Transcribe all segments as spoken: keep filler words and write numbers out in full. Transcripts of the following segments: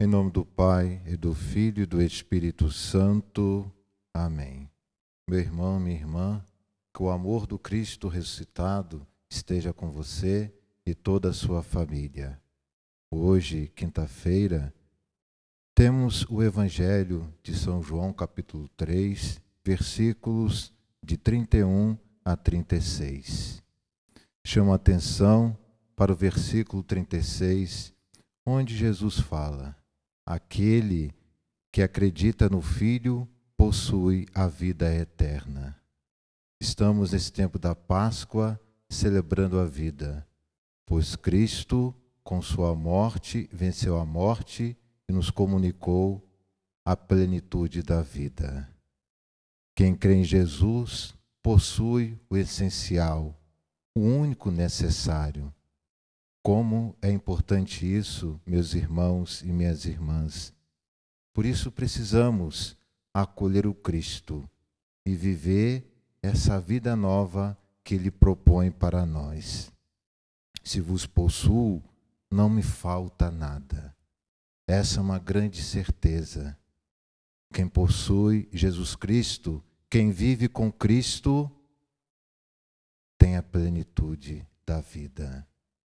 Em nome do Pai, e do Filho e do Espírito Santo. Amém. Meu irmão, minha irmã, que o amor do Cristo ressuscitado esteja com você e toda a sua família. Hoje, quinta-feira, temos o Evangelho de São João, capítulo três, versículos de trinta e um a trinta e seis. Chamo a atenção para o versículo trinta e seis, onde Jesus fala: aquele que acredita no Filho possui a vida eterna. Estamos nesse tempo da Páscoa celebrando a vida, pois Cristo, com sua morte, venceu a morte e nos comunicou a plenitude da vida. Quem crê em Jesus possui o essencial, o único necessário. Como é importante isso, meus irmãos e minhas irmãs. Por isso precisamos acolher o Cristo e viver essa vida nova que Ele propõe para nós. Se vos possuo, não me falta nada. Essa é uma grande certeza. Quem possui Jesus Cristo, quem vive com Cristo, tem a plenitude da vida.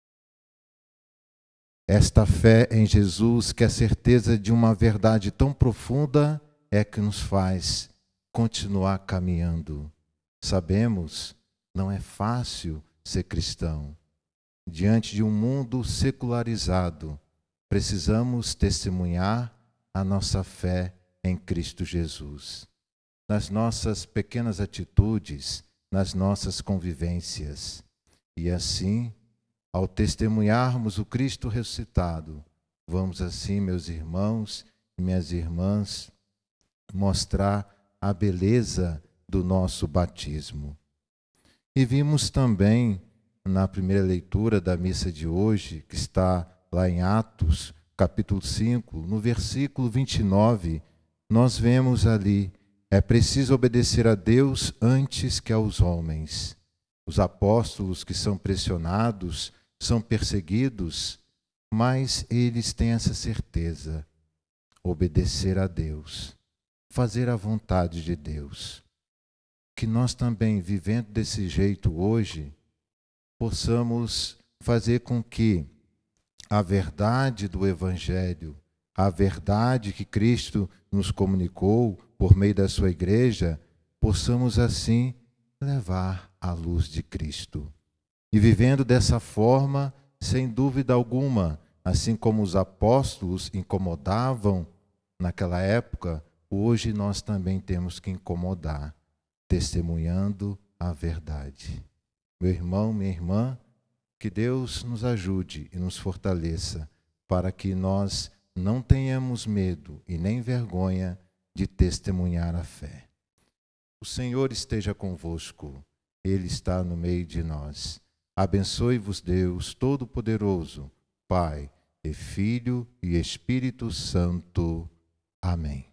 Esta fé em Jesus, que é a certeza de uma verdade tão profunda, é que nos faz continuar caminhando. Sabemos, não é fácil ser cristão. Diante de um mundo secularizado, precisamos testemunhar a nossa fé em Cristo Jesus. Nas nossas pequenas atitudes, nas nossas convivências. E assim, ao testemunharmos o Cristo ressuscitado, vamos assim, meus irmãos e minhas irmãs, mostrar a beleza do nosso batismo. E vimos também, na primeira leitura da missa de hoje, que está lá em Atos, capítulo cinco, no versículo vinte e nove, nós vemos ali: é preciso obedecer a Deus antes que aos homens. Os apóstolos que são pressionados, são perseguidos, mas eles têm essa certeza: obedecer a Deus, fazer a vontade de Deus. Que nós também, vivendo desse jeito hoje, possamos fazer com que a verdade do Evangelho, a verdade que Cristo nos comunicou por meio da sua igreja, possamos assim levar a luz de Cristo. E vivendo dessa forma, sem dúvida alguma, assim como os apóstolos incomodavam naquela época, hoje nós também temos que incomodar, testemunhando a verdade. Meu irmão, minha irmã, que Deus nos ajude e nos fortaleça para que nós não tenhamos medo e nem vergonha de testemunhar a fé. O Senhor esteja convosco, Ele está no meio de nós. Abençoe-vos Deus Todo-Poderoso, Pai e Filho e Espírito Santo. Amém.